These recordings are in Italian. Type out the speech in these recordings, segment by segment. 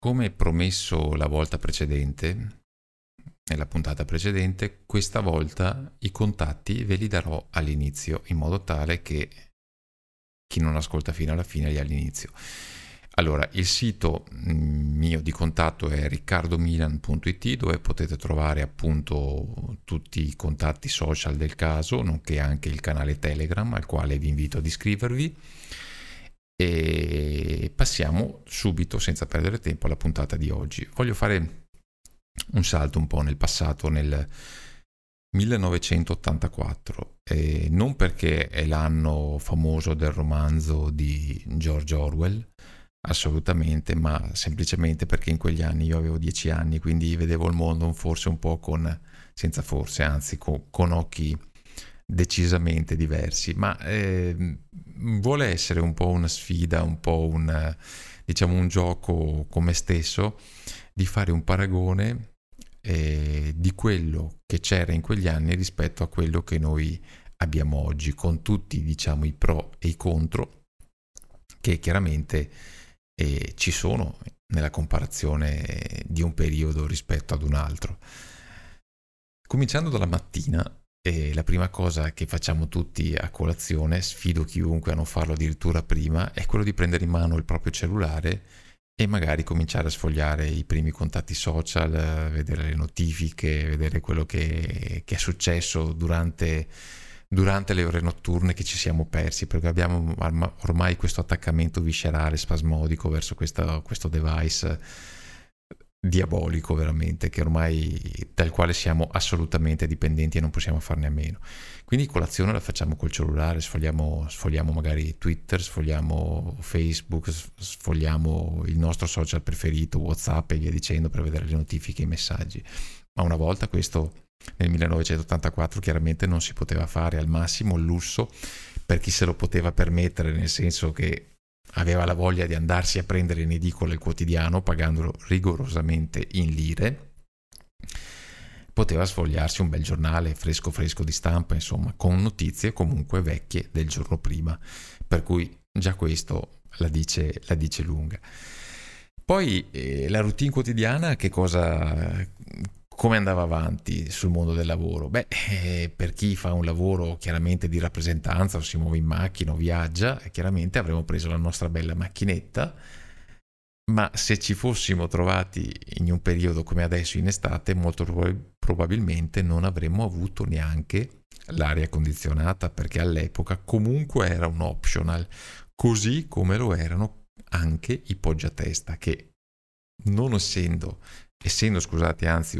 Come promesso la volta precedente, nella puntata precedente, questa volta i contatti ve li darò all'inizio, in modo tale che chi non ascolta fino alla fine li ha all'inizio. Allora, il sito mio di contatto è riccardomilan.it, dove potete trovare appunto tutti i contatti social del caso, nonché anche il canale Telegram al quale vi invito ad iscrivervi. E passiamo subito, senza perdere tempo, alla puntata di oggi. Voglio fare un salto un po' nel passato, nel 1984, non perché è l'anno famoso del romanzo di George Orwell, assolutamente, ma semplicemente perché in quegli anni io avevo 10 anni, quindi vedevo il mondo forse un po' con occhi decisamente diversi, ma vuole essere un po' una sfida, un po' un gioco con me stesso, di fare un paragone di quello che c'era in quegli anni rispetto a quello che noi abbiamo oggi, con tutti, diciamo, i pro e i contro che chiaramente ci sono nella comparazione di un periodo rispetto ad un altro. Cominciando dalla mattina, la prima cosa che facciamo tutti a colazione, sfido chiunque a non farlo addirittura prima, è quello di prendere in mano il proprio cellulare e magari cominciare a sfogliare i primi contatti social, vedere le notifiche, vedere quello che è successo durante le ore notturne che ci siamo persi, perché abbiamo ormai questo attaccamento viscerale, spasmodico verso questo device diabolico veramente, che ormai dal quale siamo assolutamente dipendenti e non possiamo farne a meno. Quindi colazione la facciamo col cellulare, sfogliamo magari Twitter, sfogliamo Facebook, sfogliamo il nostro social preferito, WhatsApp e via dicendo, per vedere le notifiche e i messaggi. Ma una volta questo, nel 1984, chiaramente non si poteva fare. Al massimo il lusso per chi se lo poteva permettere, nel senso che aveva la voglia di andarsi a prendere in edicola il quotidiano, pagandolo rigorosamente in lire, poteva sfogliarsi un bel giornale fresco di stampa, insomma, con notizie comunque vecchie del giorno prima, per cui già questo la dice lunga. Poi la routine quotidiana, come andava avanti sul mondo del lavoro? Per chi fa un lavoro chiaramente di rappresentanza, o si muove in macchina o viaggia, chiaramente avremmo preso la nostra bella macchinetta, ma se ci fossimo trovati in un periodo come adesso in estate, molto probabilmente non avremmo avuto neanche l'aria condizionata, perché all'epoca comunque era un optional, così come lo erano anche i poggiatesta, che non essendo scusate,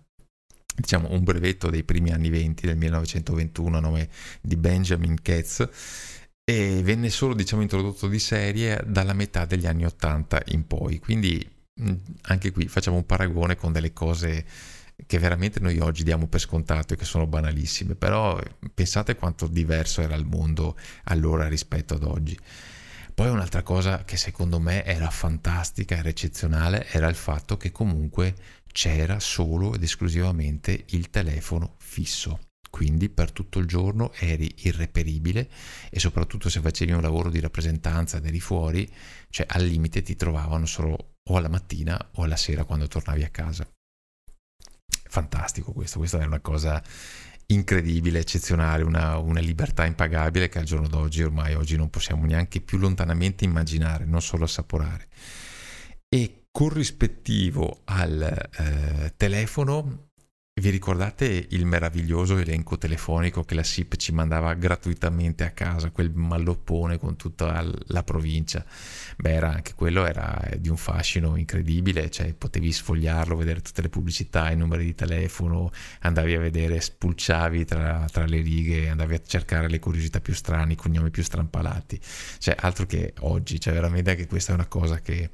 un brevetto dei primi anni 20, del 1921, a nome di Benjamin Katz, e venne solo, introdotto di serie dalla metà degli anni 80 in poi. Quindi anche qui facciamo un paragone con delle cose che veramente noi oggi diamo per scontato e che sono banalissime, però pensate quanto diverso era il mondo allora rispetto ad oggi. Poi un'altra cosa che secondo me era fantastica, era eccezionale, era il fatto che comunque c'era solo ed esclusivamente il telefono fisso. Quindi per tutto il giorno eri irreperibile, e soprattutto se facevi un lavoro di rappresentanza ed eri fuori, cioè al limite ti trovavano solo o alla mattina o alla sera quando tornavi a casa. Fantastico questa è una cosa incredibile, eccezionale, una libertà impagabile che al giorno d'oggi oggi non possiamo neanche più lontanamente immaginare, non solo assaporare. E corrispettivo al telefono, vi ricordate il meraviglioso elenco telefonico che la SIP ci mandava gratuitamente a casa, quel malloppone con tutta la provincia? Anche quello era di un fascino incredibile, cioè potevi sfogliarlo, vedere tutte le pubblicità, i numeri di telefono, andavi a vedere, spulciavi tra le righe, andavi a cercare le curiosità più strane, i cognomi più strampalati, cioè altro che oggi. Cioè veramente anche questa è una cosa che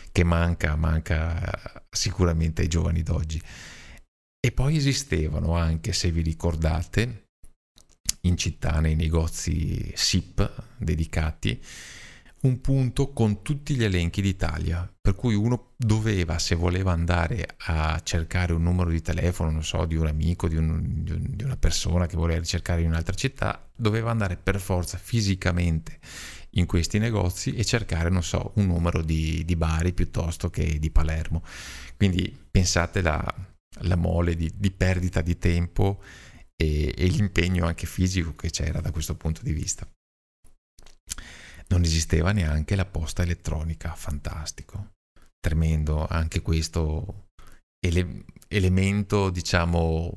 manca sicuramente ai giovani d'oggi. E poi esistevano anche, se vi ricordate, in città, nei negozi SIP dedicati, un punto con tutti gli elenchi d'Italia, per cui uno doveva, se voleva andare a cercare un numero di telefono, non so, di un amico, di una persona che voleva ricercare in un'altra città, doveva andare per forza fisicamente in questi negozi e cercare, non so, un numero di Bari piuttosto che di Palermo. Quindi pensate la mole di perdita di tempo e l'impegno anche fisico che c'era da questo punto di vista. Non esisteva neanche la posta elettronica, fantastico, tremendo anche questo elemento, diciamo,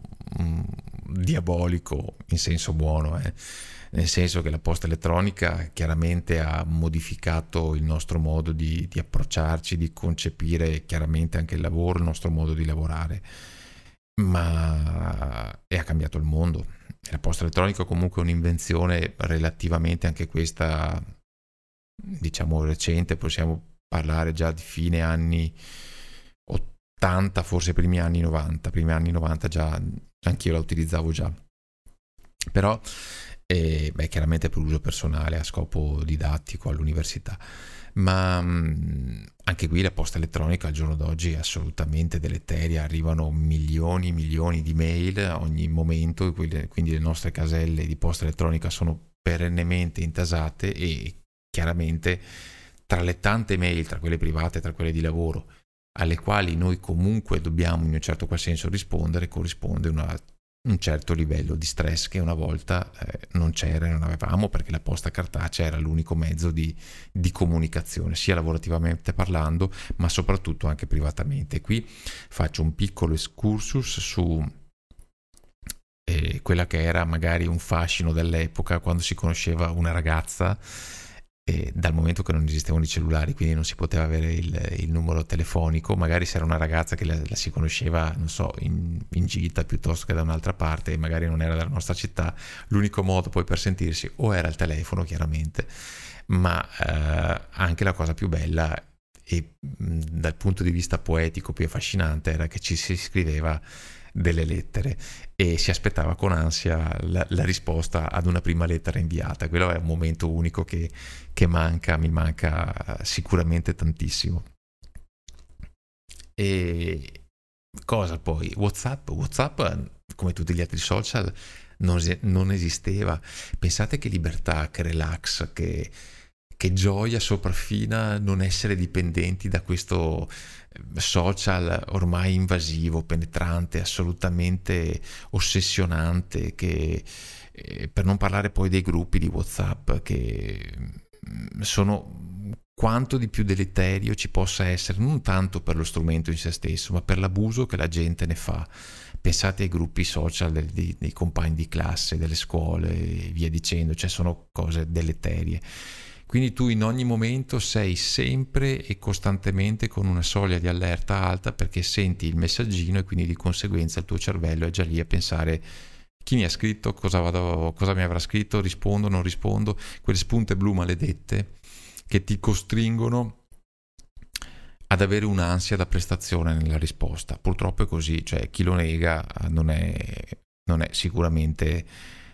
diabolico in senso buono, nel senso che la posta elettronica chiaramente ha modificato il nostro modo di approcciarci, di concepire chiaramente anche il lavoro, il nostro modo di lavorare, ma ha cambiato il mondo. La posta elettronica comunque è un'invenzione relativamente anche questa, diciamo, recente, possiamo parlare già di fine anni 80, forse primi anni 90 già, anch'io la utilizzavo già, però chiaramente per uso personale, a scopo didattico all'università, ma anche qui la posta elettronica al giorno d'oggi è assolutamente deleteria, arrivano milioni di mail a ogni momento, quindi le nostre caselle di posta elettronica sono perennemente intasate e chiaramente tra le tante mail, tra quelle private, tra quelle di lavoro, alle quali noi comunque dobbiamo in un certo qual senso rispondere, corrisponde un certo livello di stress che una volta non c'era e non avevamo, perché la posta cartacea era l'unico mezzo di comunicazione, sia lavorativamente parlando, ma soprattutto anche privatamente. Qui faccio un piccolo excursus su quella che era magari un fascino dell'epoca, quando si conosceva una ragazza, dal momento che non esistevano i cellulari, quindi non si poteva avere il numero telefonico, magari se era una ragazza che la si conosceva, non so, in gita piuttosto che da un'altra parte e magari non era della nostra città, l'unico modo poi per sentirsi o era il telefono chiaramente, ma anche la cosa più bella e dal punto di vista poetico più affascinante era che ci si scriveva delle lettere e si aspettava con ansia la risposta ad una prima lettera inviata. Quello è un momento unico che mi manca sicuramente tantissimo. E cosa poi? WhatsApp, come tutti gli altri social, non esisteva. Pensate che libertà, che relax, che gioia sopraffina non essere dipendenti da questo social ormai invasivo, penetrante, assolutamente ossessionante, che per non parlare poi dei gruppi di WhatsApp che sono quanto di più deleterio ci possa essere, non tanto per lo strumento in se stesso, ma per l'abuso che la gente ne fa. Pensate ai gruppi social dei compagni di classe, delle scuole e via dicendo, cioè sono cose deleterie. Quindi tu in ogni momento sei sempre e costantemente con una soglia di allerta alta, perché senti il messaggino e quindi di conseguenza il tuo cervello è già lì a pensare: chi mi ha scritto, cosa mi avrà scritto, rispondo, non rispondo, quelle spunte blu maledette che ti costringono ad avere un'ansia da prestazione nella risposta. Purtroppo è così, cioè chi lo nega non è sicuramente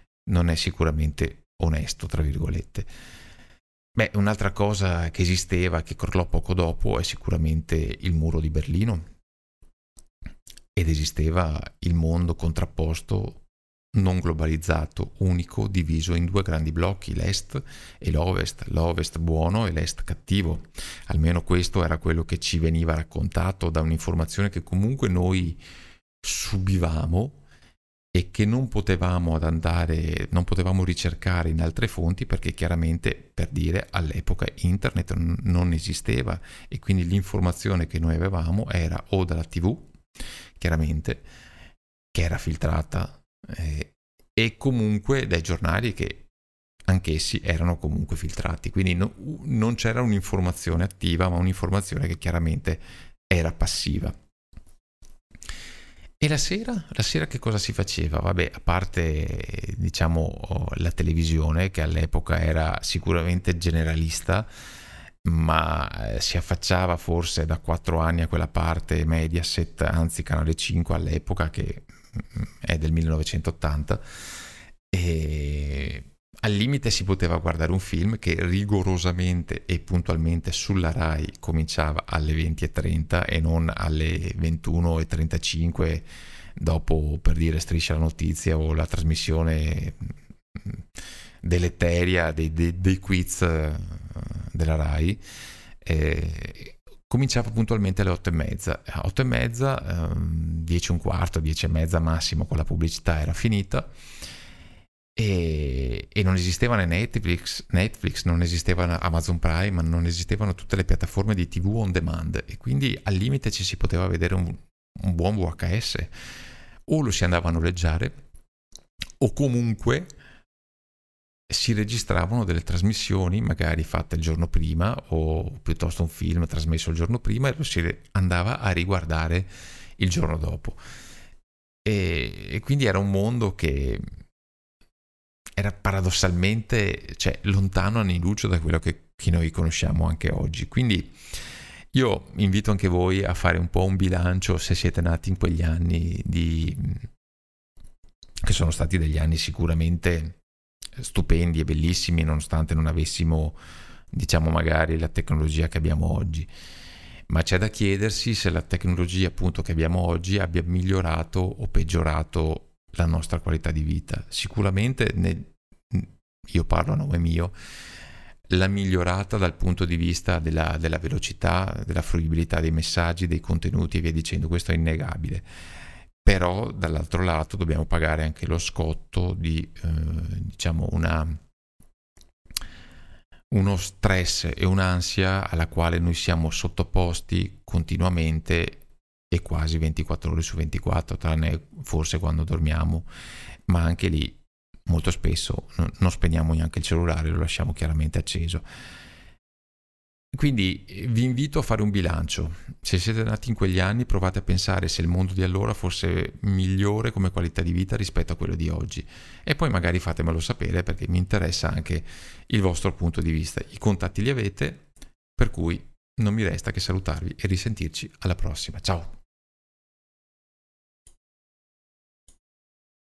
onesto, tra virgolette. Beh, un'altra cosa che esisteva, che crollò poco dopo, è sicuramente il muro di Berlino, ed esisteva il mondo contrapposto, non globalizzato, unico, diviso in due grandi blocchi, l'est e l'ovest buono e l'est cattivo. Almeno questo era quello che ci veniva raccontato da un'informazione che comunque noi subivamo e che non potevamo ricercare in altre fonti, perché chiaramente, per dire, all'epoca internet non esisteva e quindi l'informazione che noi avevamo era o dalla TV, chiaramente, che era filtrata, e comunque dai giornali che anch'essi erano comunque filtrati, quindi non c'era un'informazione attiva, ma un'informazione che chiaramente era passiva. E la sera? La sera che cosa si faceva? Vabbè, a parte, diciamo, la televisione, che all'epoca era sicuramente generalista, ma si affacciava forse da 4 anni a quella parte Mediaset, anzi Canale 5 all'epoca, che è del 1980, e al limite si poteva guardare un film che rigorosamente e puntualmente sulla Rai cominciava alle 20:30 e non alle 21:35 dopo, per dire, Striscia la notizia o la trasmissione deleteria dei quiz della Rai. Cominciava puntualmente alle 8:30. 8:30, 10 e un quarto, 10:30 massimo, con la pubblicità era finita. E non esisteva né Netflix, non esisteva Amazon Prime, non esistevano tutte le piattaforme di TV on demand, e quindi al limite ci si poteva vedere un buon VHS, o lo si andava a noleggiare, o comunque si registravano delle trasmissioni magari fatte il giorno prima, o piuttosto un film trasmesso il giorno prima, e lo si andava a riguardare il giorno dopo. E quindi era un mondo che era paradossalmente, cioè, lontano anni luce da quello che noi conosciamo anche oggi. Quindi io invito anche voi a fare un po' un bilancio, se siete nati in quegli anni che sono stati degli anni sicuramente stupendi e bellissimi, nonostante non avessimo, diciamo, magari la tecnologia che abbiamo oggi. Ma c'è da chiedersi se la tecnologia, appunto, che abbiamo oggi abbia migliorato o peggiorato la nostra qualità di vita. Sicuramente, io parlo a nome mio, l'ha migliorata dal punto di vista della velocità, della fruibilità dei messaggi, dei contenuti e via dicendo, questo è innegabile. Però dall'altro lato dobbiamo pagare anche lo scotto di diciamo uno stress e un'ansia alla quale noi siamo sottoposti continuamente e quasi 24 ore su 24, tranne forse quando dormiamo, ma anche lì molto spesso non spegniamo neanche il cellulare, lo lasciamo chiaramente acceso. Quindi vi invito a fare un bilancio. Se siete nati in quegli anni, provate a pensare se il mondo di allora fosse migliore come qualità di vita rispetto a quello di oggi, e poi magari fatemelo sapere, perché mi interessa anche il vostro punto di vista. I contatti li avete, per cui non mi resta che salutarvi e risentirci alla prossima. Ciao!